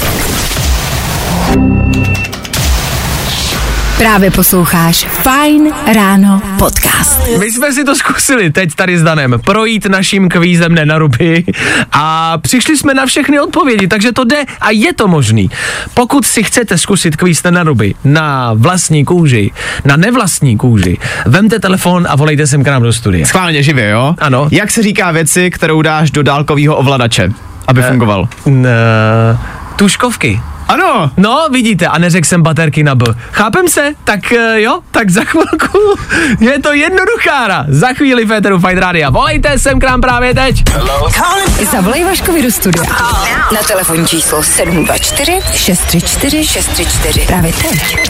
Právě posloucháš Fajn ráno podcast. My jsme si to zkusili teď tady s Danem projít naším kvízem Nenaruby a přišli jsme na všechny odpovědi, takže to jde a je to možný. Pokud si chcete zkusit kvíz Nenaruby na vlastní kůži, na nevlastní kůži, vemte telefon a volejte sem k nám do studia. Schválně živě, jo? Ano. Jak se říká věci, kterou dáš do dálkového ovladače, aby uh, fungoval? Uh, tuškovky. Ano. No, vidíte, a neřekl jsem baterky na B. Chápem se? Tak jo, tak za chvilku je to jednoduchá hra. Za chvíli v éteru Fajn rádia. Volejte sem k nám právě teď. Zavolej Vaškovi do studia. Na telefonní číslo sedm dva čtyři šest tři čtyři šest tři čtyři. Právě teď.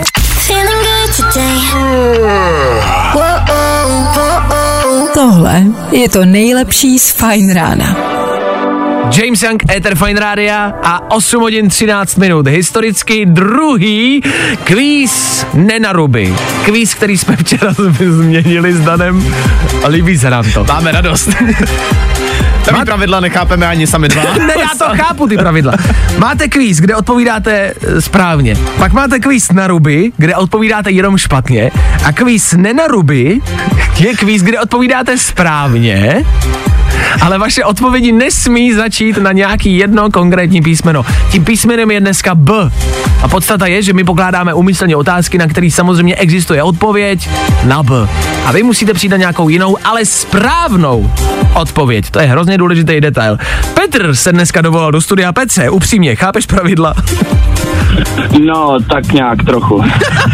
Tohle je to nejlepší z Fajn rána. James Young, éter Fajn rádia a osm hodin třináct minut. Historicky druhý kvíz Nenaruby. Kvíz, který jsme včera změnili s Danem a líbí se nám to. Máme radost. Tam Má... pravidla nechápeme ani sami dva. Ne, já to chápu, ty pravidla. Máte kvíz, kde odpovídáte správně. Pak máte kvíz Naruby, kde odpovídáte jenom špatně. A kvíz Nenaruby je kvíz, kde odpovídáte správně, ale vaše odpovědi nesmí začít na nějaký jedno konkrétní písmeno. Tím písmenem je dneska B. A podstata je, že my pokládáme úmyslně otázky, na který samozřejmě existuje odpověď na B. A vy musíte přijít na nějakou jinou, ale správnou odpověď. To je hrozně důležitý detail. Petr se dneska dovolal do studia. Petře, upřímně, chápeš pravidla? No, tak nějak trochu.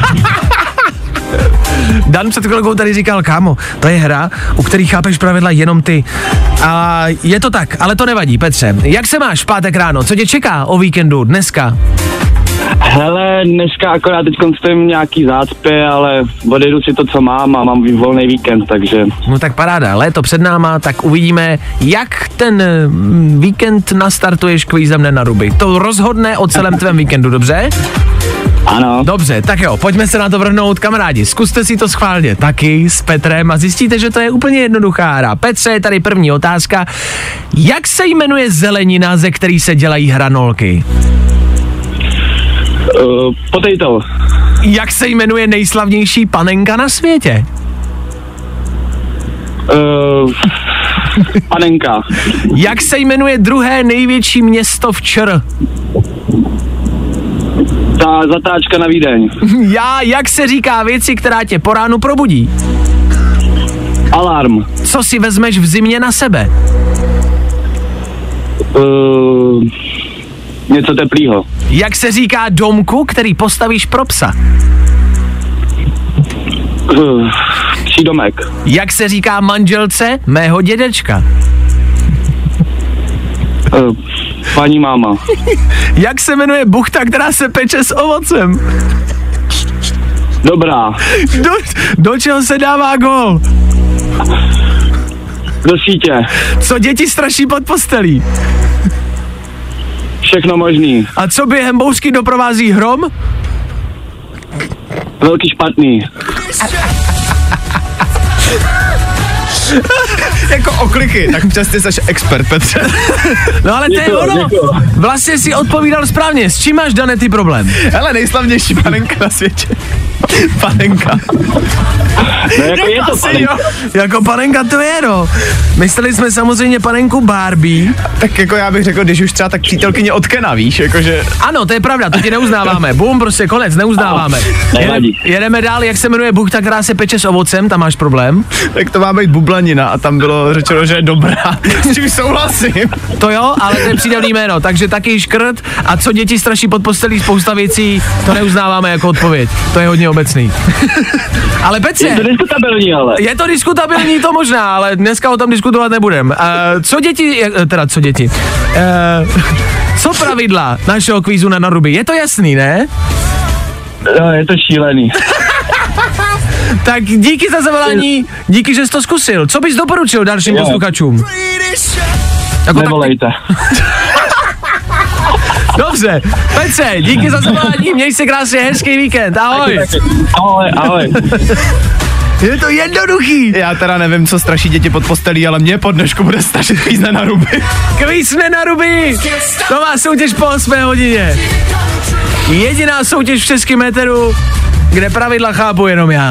Dan před chvilkou tady říkal, kámo, to je hra, u který chápeš pravidla jenom ty. A je to tak, ale to nevadí, Petře. Jak se máš v pátek ráno? Co tě čeká o víkendu dneska? Hele, dneska akorát teď stojím nějaký zácpě, ale odjedu si to, co mám a mám volný víkend, takže... No tak paráda, léto před náma, tak uvidíme, jak ten víkend nastartuješ kvízem Nenaruby. To rozhodne o celém tvém víkendu, dobře? Ano. Dobře, tak jo, pojďme se na to vrhnout, kamarádi. Zkuste si to schválně taky s Petrem a zjistíte, že to je úplně jednoduchá hra. Petře, je tady první otázka. Jak se jmenuje zelenina, ze který se dělají hranolky? Uh, potato. Jak se jmenuje nejslavnější panenka na světě? Uh, panenka. Jak se jmenuje druhé největší město v ČR? Ta zatáčka na Vídeň. Já, jak se říká věci, která tě po ránu probudí? Alarm. Co si vezmeš v zimě na sebe? Uh, něco teplýho. Jak se říká domku, který postavíš pro psa? Uh, přídomek. Jak se říká manželce mého dědečka? Uh, paní máma. Jak se jmenuje buchta, která se peče s ovocem? Dobrá. Do, do čeho se dává gól? Do sítě. Co děti straší pod postelí? Všechno možný. A co během bouřky doprovází hrom? Velký špatný. Jako okliky, tak přesně jsi expert, Petře. No ale to je Děkuju, ono. děkuju. Vlastně si odpovídal správně. S čím máš, Dane, ty problém? Hele, nejslavnější panenka na světě. Panenka. No jako je to Asi panenka. jo. Jako panenka to je, no. Mysleli jsme samozřejmě panenku Barbie. Tak jako já bych řekl, když už třeba tak přítelkyně od Kena, víš, jakože... Ano, to je pravda, to ti neuznáváme. Bum, prostě konec, neuznáváme. Jedem, Nevadí. jedeme dál, jak se jmenuje buchta, která se peče s ovocem, tam máš problém. Tak to má být bublanina a tam bylo řečeno, že je dobrá. S čím souhlasím. To jo, ale to je přídavný jméno, takže taky škrt. A co děti straší pod postelí, spousta věcí, to neuznáváme jako odpověď. To je hodně obecný. Ale Petře, Je to diskutabilní, ale. je to diskutabilní, to možná, ale dneska o tom diskutovat nebudem. Uh, co děti, uh, teda co děti, uh, co pravidla našeho kvízu na Naruby? Je to jasný, ne? No, je to šílený. Tak díky za zavolání, díky, že jsi to zkusil. Co bys doporučil dalším Jo. posluchačům? Jako Nevolejte. Dobře, Petře, díky za zavolání, měj se krásně, hezký víkend, ahoj. Ahoj, ahoj. Je to jednoduchý. Já teda nevím, co straší děti pod postelí, ale mě po dnešku bude strašit kvízne na ruby. Kvízne na ruby, nová soutěž po osmé hodině. Jediná soutěž v českém éteru, kde pravidla chápu jenom já.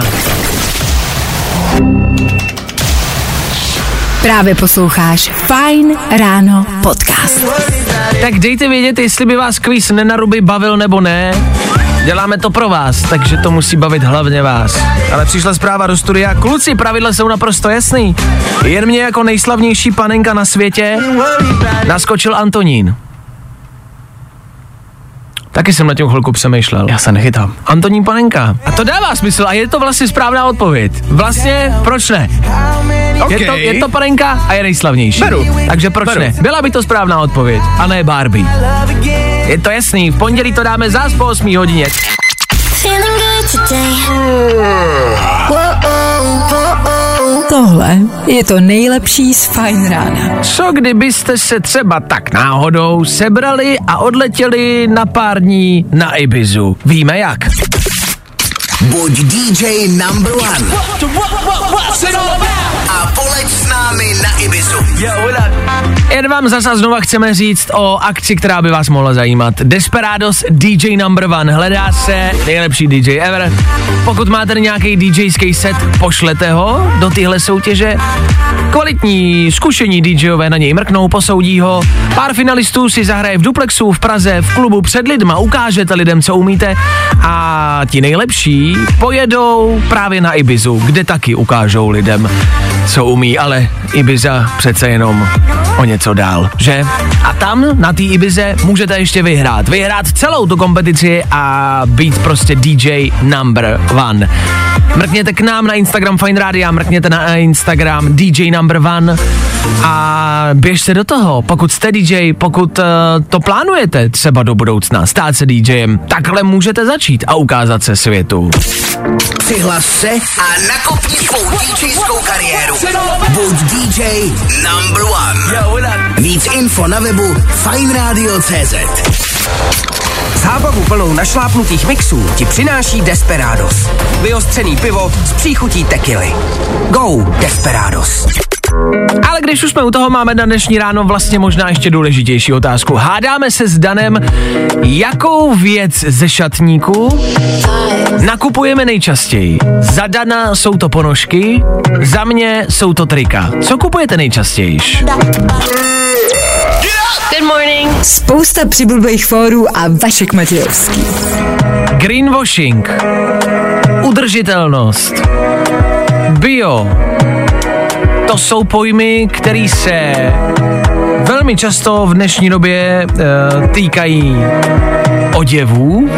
Právě posloucháš Fajn ráno podcast. Tak dejte vědět, jestli by vás kvíz Nenaruby bavil nebo ne. Děláme to pro vás, takže to musí bavit hlavně vás. Ale přišla zpráva do studia, kluci, pravidla jsou naprosto jasný. Jen mě jako nejslavnější panenka na světě naskočil Antonín. Taky jsem na tím chvilku přemýšlel. Já se nechytám. Antonín panenka. A to dává smysl a je to vlastně správná odpověď. Vlastně, proč ne? Okay. Je, to, je to panenka a je nejslavnější. Beru. Takže proč Beru. ne? Byla by to správná odpověď, a ne Barbie. Je to jasný, v pondělí to dáme zás po osmé hodině. Tohle je to nejlepší z Fajn rána. Co kdybyste se třeba tak náhodou sebrali a odletěli na pár dní na Ibizu? Víme jak. Buď D J number one. A poleď s námi na Ibizu. Jen vám zase znova chceme říct o akci, která by vás mohla zajímat. Desperados D J number one. Hledá se nejlepší D J ever. Pokud máte nějaký DJský set, pošlete ho do téhle soutěže. Kvalitní, zkušení DJové na něj mrknou, posoudí ho. Pár finalistů si zahraje v duplexu, v Praze, v klubu před lidma, ukážete lidem, co umíte. A ti nejlepší pojedou právě na Ibizu, kde taky ukážou lidem, co umí, ale Ibiza přece jenom o něco dál, že? A tam na té Ibize můžete ještě vyhrát. Vyhrát celou tu kompetici a být prostě D J number one. Mrkněte k nám na Instagram Fine Radio, mrkněte na Instagram D J number one a běžte do toho. Pokud jste D J, pokud uh, to plánujete třeba do budoucna stát se DJem, takhle můžete začít a ukázat se světu. Přihlas se a nakopni svou DJskou kariéru. Buď D J number one. Víc info na webu fajn radio tečka cé zet. Zábavu plnou našlápnutých mixů ti přináší Desperados. Vyostřený pivo s příchutí tekily. Go Desperados. Ale když už jsme u toho, máme na dnešní ráno vlastně možná ještě důležitější otázku. Hádáme se s Danem, jakou věc ze šatníku nakupujeme nejčastěji. Za Dana jsou to ponožky, za mě jsou to trika. Co kupujete nejčastěji? Good morning. Spousta přibulbých fórů a Vašek Matějovský. Greenwashing, udržitelnost, bio, to jsou pojmy, které se velmi často v dnešní době e, týkají oděvů.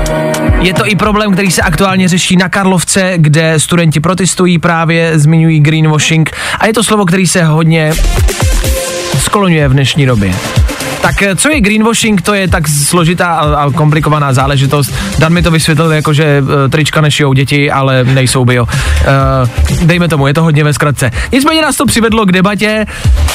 Je to i problém, který se aktuálně řeší na Karlovce, kde studenti protestují, právě zmiňují greenwashing a je to slovo, který se hodně skloňuje v dnešní době. Tak co je greenwashing, to je tak složitá a komplikovaná záležitost. Dan mi to vysvětlil jako, že trička nešijou děti, ale nejsou bio. Uh, dejme tomu, je to hodně ve zkratce. Nicméně nás to přivedlo k debatě,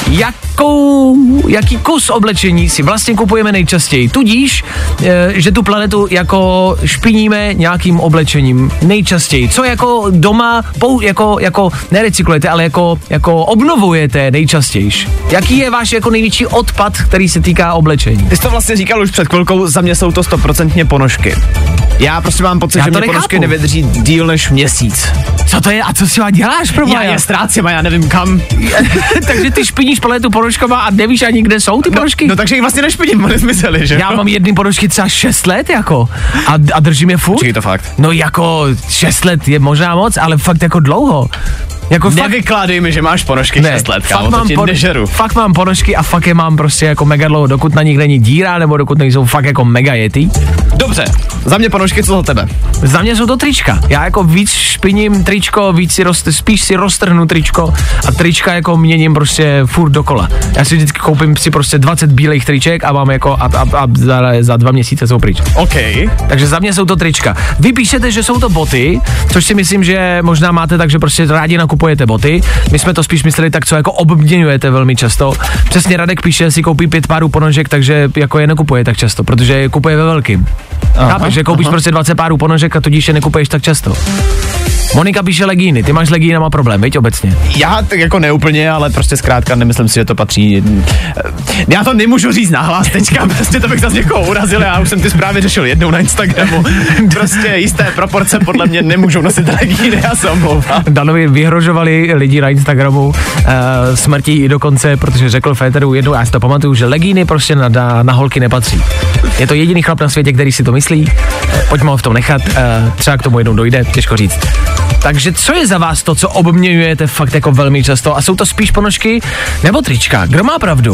jakou, jaký kus oblečení si vlastně kupujeme nejčastěji. Tudíž, uh, že tu planetu jako špiníme nějakým oblečením nejčastěji. Co jako doma, pou, jako, jako nerecyklujete, ale jako, jako obnovujete nejčastěji. Jaký je váš jako největší odpad, který se týká oblečení? Ty jsi to vlastně říkal už před chvilkou, za mě jsou to stoprocentně ponožky. Já prostě mám pocit, já že mě nechápu. Ponožky nevydrží díl než měsíc. Co to je a co si má děláš, pro Já je ztrácím a já nevím kam. Takže ty špiníš paletu ponožkama a nevíš ani, kde jsou ty ponožky? No, no takže jich vlastně nešpiním, nesmysly, že? Já mám jedny ponožky třeba šest let jako a, a držím je furt. Počkej, to fakt. No jako šest let je možná moc, ale fakt jako dlouho. Jako Nevykládej fakt, mi, že máš ponožky šest let, kámo, to ti pon- nežeru. Fakt mám ponožky a fakt je mám prostě jako mega dlouho, dokud na nich není díra, nebo dokud nejsou fakt jako mega jetý. Dobře, za mě ponožky, co za tebe? Za mě jsou to trička. Já jako víc špiním tričko, víc si rost, spíš si roztrhnu tričko a trička jako měním prostě furt dokola. Já si vždycky koupím si prostě dvacet bílých triček a mám jako a, a, a za, za dva měsíce jsou pryč. OK. Takže za mě jsou to trička. Vy píšete, že jsou to boty, což si myslím, že možná máte tak, že prostě rádi nakupujete boty. My jsme to spíš mysleli tak, co jako obměňujete velmi často. Přesně Radek píše, si koupí pět párů ponožek, takže jako je nekupuje tak často, protože je kupuje ve velkým. Chápeš, že koupíš aha. prostě dvacet párů ponožek a tudíž je nekupuješ tak často. Monika píše legíny, ty máš s legínama problém, viď, obecně? Já tak jako neúplně, ale prostě zkrátka nemyslím si, že to patří. Já to nemůžu říct nahlas teďka, prostě to bych zase někoho urazil, já už jsem ty zprávy řešil jednou na Instagramu. Prostě jisté proporce podle mě nemůžou nosit legíny, já se omlouvám. Danovi vyhrožovali lidi na Instagramu uh, smrtí i dokonce, protože řekl Féteru jednou, já si to pamatuju, že legíny prostě na, na, na holky nepatří. Je to jediný chlap na světě, který si to myslí, pojďme ho v tom nechat, uh, třeba k tomu jednou dojde, těžko říct. Takže co je za vás to, co obměňujete fakt jako velmi často? A jsou to spíš ponožky nebo trička? Kdo má pravdu?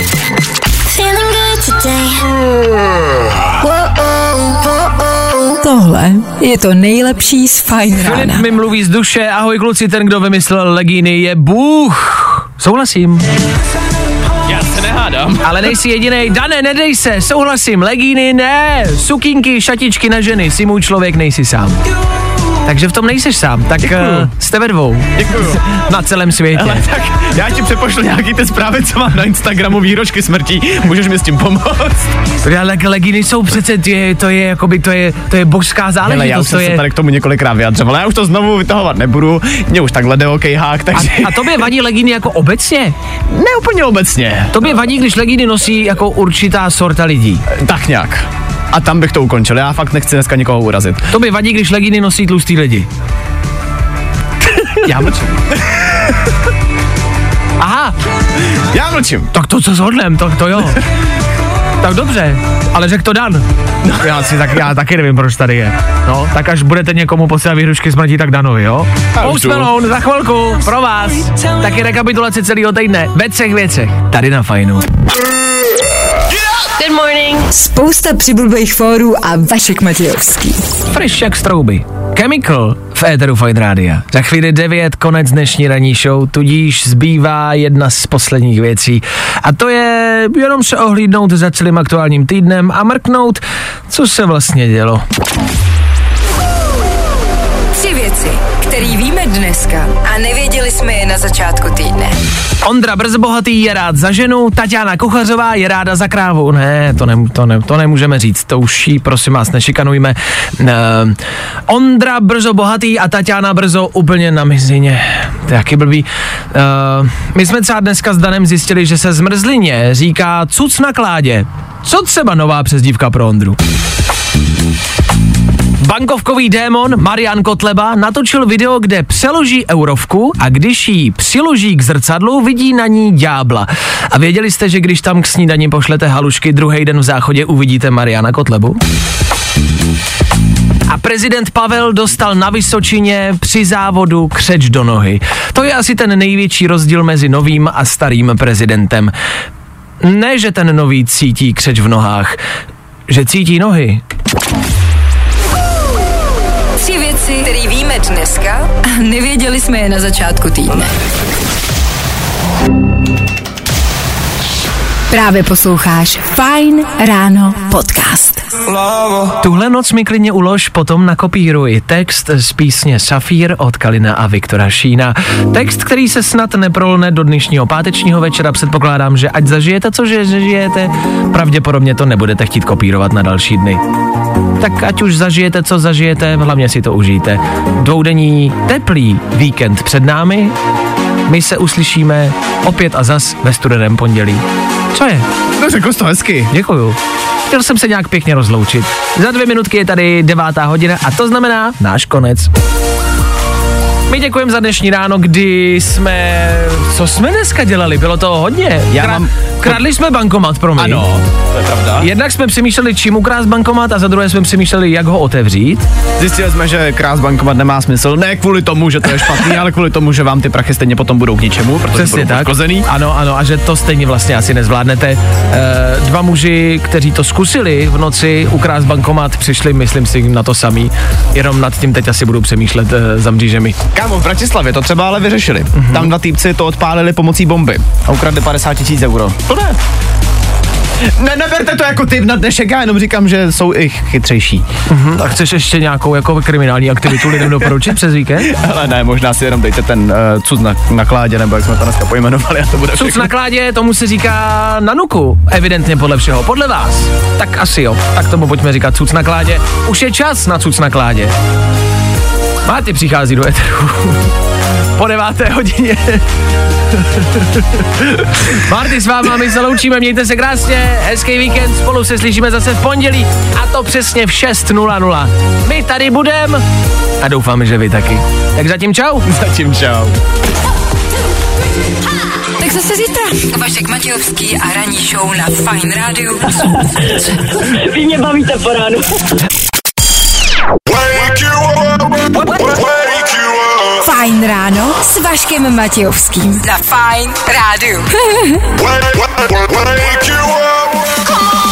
Tohle je to nejlepší z Fajn rána. Filip mi mluví z duše, ahoj kluci, ten, kdo vymyslel legíny, je Bůh. Souhlasím. Já se nehádám. Ale nejsi jedinej. Dane, nedej se, souhlasím, legíny ne, sukínky, šatičky na ženy, jsi můj člověk, nejsi sám. Takže v tom nejseš sám, tak uh, jste ve dvou. Děkuju. Na celém světě. Ale tak já ti přepošlu nějaký ty zprávy, co mám na Instagramu, výročky smrtí, můžeš mi s tím pomoct? Ale legíny jsou přece, to je, to je jakoby, to je, to je božská záležitost. Hele, já už jsem je... se tady k tomu několikrát vyjadřoval, já už to znovu vytahovat nebudu, mě už takhle jde okejhák, takže... A, a tobě vadí legíny jako obecně? Ne úplně obecně. Tobě vadí, když legíny nosí jako určitá sorta lidí? Tak nějak. A tam bych to ukončil, já fakt nechci dneska nikoho urazit. Tobě vadí, když legíny nosí tlustý lidi? Já mlčím. Aha. Já mlčím. Tak to co shodnem, to, to jo. Tak dobře, ale řek to Dan. No. Já si tak, já taky nevím, proč tady je. No, tak až budete někomu posílat výhrušky smrti, tak Danovi, jo? Post Malone, za chvilku, pro vás. Taky rekapitulace celého týdne, ve třech věcech. Tady na Fajnu. Good morning. Spousta přibulbých fórů a Vašek Matějovský. Fresh jak z trouby. Chemical v éteru Fajn rádia. Za chvíli devět, konec dnešní ranní show, tudíž zbývá jedna z posledních věcí. A to je jenom se ohlídnout za celým aktuálním týdnem a mrknout, co se vlastně dělo. Tři věci, které víme dneska a nevěděli jsme je na začátku týdne. Ondra Brzobohatý je rád za ženu, Taťána Kuchařová je ráda za krávu. Ne, to, ne, to, ne, to nemůžeme říct, to už jí, prosím vás, nešikanujme. Uh, Ondra Brzobohatý a Taťána Brzo úplně na mizině. To je jaký blbý. Uh, my jsme třeba dneska s Danem zjistili, že se zmrzlině říká cuc na kládě. Co třeba nová přezdívka pro Ondru? Bankovkový démon Marian Kotleba natočil video, kde přeloží eurovku a když ji přiloží k zrcadlu, vidí na ní ďábla. A věděli jste, že když tam k snídani pošlete halušky, druhý den v záchodě uvidíte Mariana Kotlebu? A prezident Pavel dostal na Vysočině při závodu křeč do nohy. To je asi ten největší rozdíl mezi novým a starým prezidentem. Ne, že ten nový cítí křeč v nohách, že cítí nohy. Tři věci, které víme dneska a nevěděli jsme je na začátku týdne. Právě posloucháš Fajn ráno podcast. Tuhle noc mi klidně ulož, potom nakopíruj text z písně Safír od Kalina a Viktora Šína. Text, který se snad neprolne do dnešního pátečního večera, předpokládám, že ať zažijete, co že žijete, pravděpodobně to nebudete chtít kopírovat na další dny. Tak ať už zažijete, co zažijete, hlavně si to užijte. Dvoudenní teplý víkend před námi, my se uslyšíme opět a zas ve studeném pondělí. Co je? No řekl jsi to hezky. Děkuju. Chtěl jsem se nějak pěkně rozloučit. Za dvě minutky je tady devátá hodina a to znamená náš konec. My děkujeme za dnešní ráno, kdy jsme... Co jsme dneska dělali? Bylo to hodně. Já Kra- mám... Kradli jsme bankomat, promiň. Ano, to je pravda. Jednak jsme přemýšleli, čím ukrást bankomat a za druhé jsme přemýšleli, jak ho otevřít. Zjistili jsme, že krást bankomat nemá smysl. Ne kvůli tomu, že to je špatný, ale kvůli tomu, že vám ty prachy stejně potom budou k ničemu, protože Přesně budou poškozený. Ano, ano, a že to stejně vlastně asi nezvládnete. E, dva muži, kteří to zkusili v noci ukrást bankomat, přišli, myslím si, na to samý. Jenom nad tím teď asi budu přemýšlet e, za mřížemi. Kámo, v Bratislavě to třeba ale vyřešili. Mm-hmm. Tam dva týpci to odpálili pomocí bomby a ukradli padesát tisíc euro. To ne. Ne, neberte to jako tip na dnešek, já jenom říkám, že jsou i chytřejší. Mm-hmm. A chceš ještě nějakou jako kriminální aktivitu lidem doporučit přes víkend? Ale ne, možná si jenom dejte ten uh, cuc na, na kládě, nebo jak jsme to dneska pojmenovali, a to bude všechno. Cuc na kládě, tomu se říká na nuku, evidentně podle všeho, podle vás. Tak asi jo, tak tomu pojďme říkat cuc na kládě. Už je čas na cuc na kládě. Máte přichází do éteru. Po deváté hodině. Marty, s váma my se loučíme, mějte se krásně, hezký víkend, spolu se slyšíme zase v pondělí a to přesně v šest nula nula. My tady budeme a doufáme, že vy taky. Tak zatím čau. Zatím čau. Tak zase zítra. Vašek Matějovský a ranní show na Fajn rádiu. Vy mě bavíte po ránu. Fajn ráno s Vaškem Matějovským. Na Fajn rádiu.